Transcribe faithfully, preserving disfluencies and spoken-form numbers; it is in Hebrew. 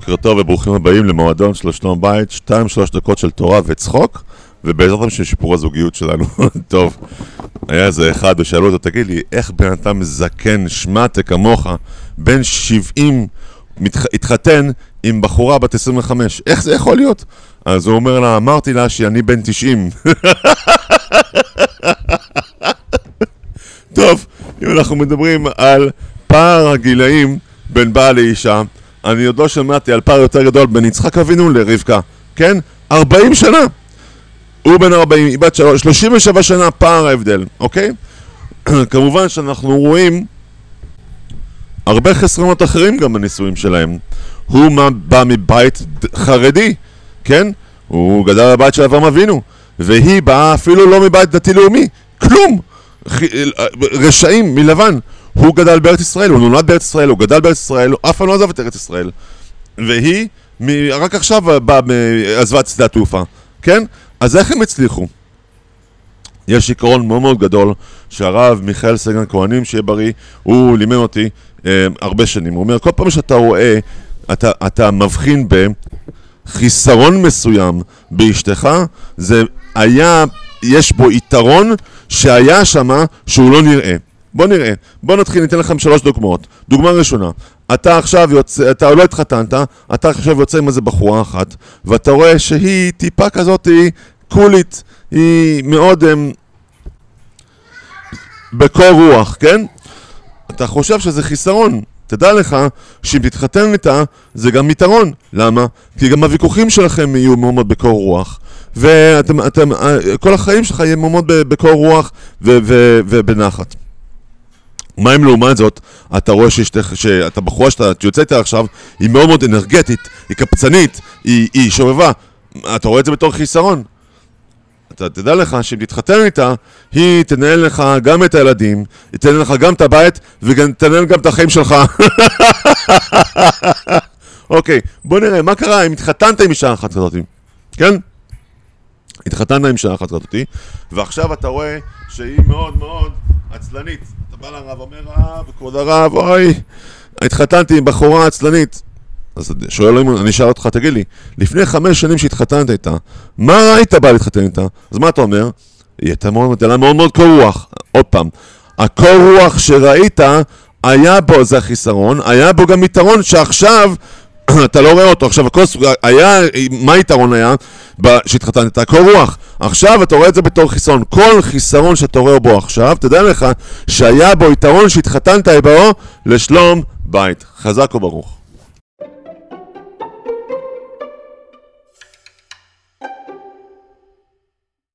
בוקר טוב וברוכים הבאים למועדון של שלום בית, שתיים שלוש דקות של תורה וצחוק, ובעזרת השם של שיפור הזוגיות שלנו. טוב, היה איזה אחד ושאלו אותו, תגיד לי, איך בן אדם זקן, שמעתה כמוך, בן שבעים, מתח... התחתן עם בחורה בת עשרים וחמש, איך זה יכול להיות? אז הוא אומר לה, אמרתי לה שאני בן תשעים. טוב, אם אנחנו מדברים על פער הגילאים בין בעל לאישה, אני עוד לא שמעתי על פער יותר גדול בין יצחק אבינו לרבקה, כן? ארבעים שנה. הוא בן ארבעים, היא בת שלוש, שלושים ושבע שנה פער ההבדל, אוקיי? כמובן שאנחנו רואים הרבה חסרונות אחרים גם בנישואים שלהם. הוא בא מבית חרדי, כן? הוא גדל בבית של אברהם אבינו, והיא באה אפילו לא מבית דתי לאומי, כלום! רשעים מלבן. הוא גדל בארץ ישראל, הוא נולד בארץ ישראל, הוא גדל בארץ ישראל, הוא אף פעם לא עזב את ארץ ישראל. והיא, רק עכשיו באה, עזבה את שדה התעופה, כן? אז איך הם הצליחו? יש עיקרון מאוד מאוד גדול שהרב מיכאל סגן כהנים, שיהיה בריא, הוא לימד אותי אה, הרבה שנים. הוא אומר, כל פעם שאתה רואה, אתה, אתה מבחין בחיסרון מסוים באשתך, זה היה, יש בו יתרון שהיה שמה שהוא לא נראה. בוא נראה, בוא נתחיל, ניתן לכם שלוש דוגמאות. דוגמה ראשונה, אתה עכשיו יוצא, אתה לא התחתנת, אתה עכשיו יוצא עם איזה בחורה אחת, ואתה רואה שהיא טיפה כזאת, היא קולית, היא מאוד הם, בקור רוח, כן? אתה חושב שזה חיסרון. תדע לך שאם תתחתן איתה, זה גם יתרון. למה? כי גם הוויכוחים שלכם יהיו מאוד מאוד בקור רוח. ואתם, אתם, כל החיים שלך יהיה מאוד בקור רוח ו- ו- ובנחת. מה אם לעומת זאת, אתה רואה שאשתך, שאתה בחורה שאתה יוצא איתה עכשיו, היא מאוד מאוד אנרגטית, היא קפצנית, היא, היא שובבה. אתה רואה את זה בתור חיסרון. אתה תדע לך שאם תתחתן איתה, היא תנהל לך גם את הילדים, היא תנהל לך גם את הבית, ותנהל גם את החיים שלך. אוקיי, בוא נראה, מה קרה אם התחתנת עם אישה אחת כזאת, כן? התחתנת עם אישה אחת כזאת, ועכשיו אתה רואה שהיא מאוד מאוד עצלנית. אתה בא לרב, אומר, רב, כבוד הרב, אוי, התחתנתי עם בחורה עצלנית. אז שואל, אני אשאל אותך, תגיד לי, לפני חמש שנים שהתחתנת איתה, מה ראית בא להתחתן איתה? אז מה אתה אומר? היא הייתה מאוד מאוד מאוד קור רוח. עוד פעם, הקור רוח שראית, היה בו, זה החיסרון, היה בו גם יתרון שעכשיו, אתה לא רואה אותו. עכשיו, הכוס, היה, מה היתרון היה שהתחתנת איתה? קור רוח. עכשיו אתה רואה את זה בתור חיסרון. כל חיסרון שאתה רואה בו עכשיו, תדע לך שהיה בו יתרון שהתחתנת בו לשלום בית. חזק וברוך.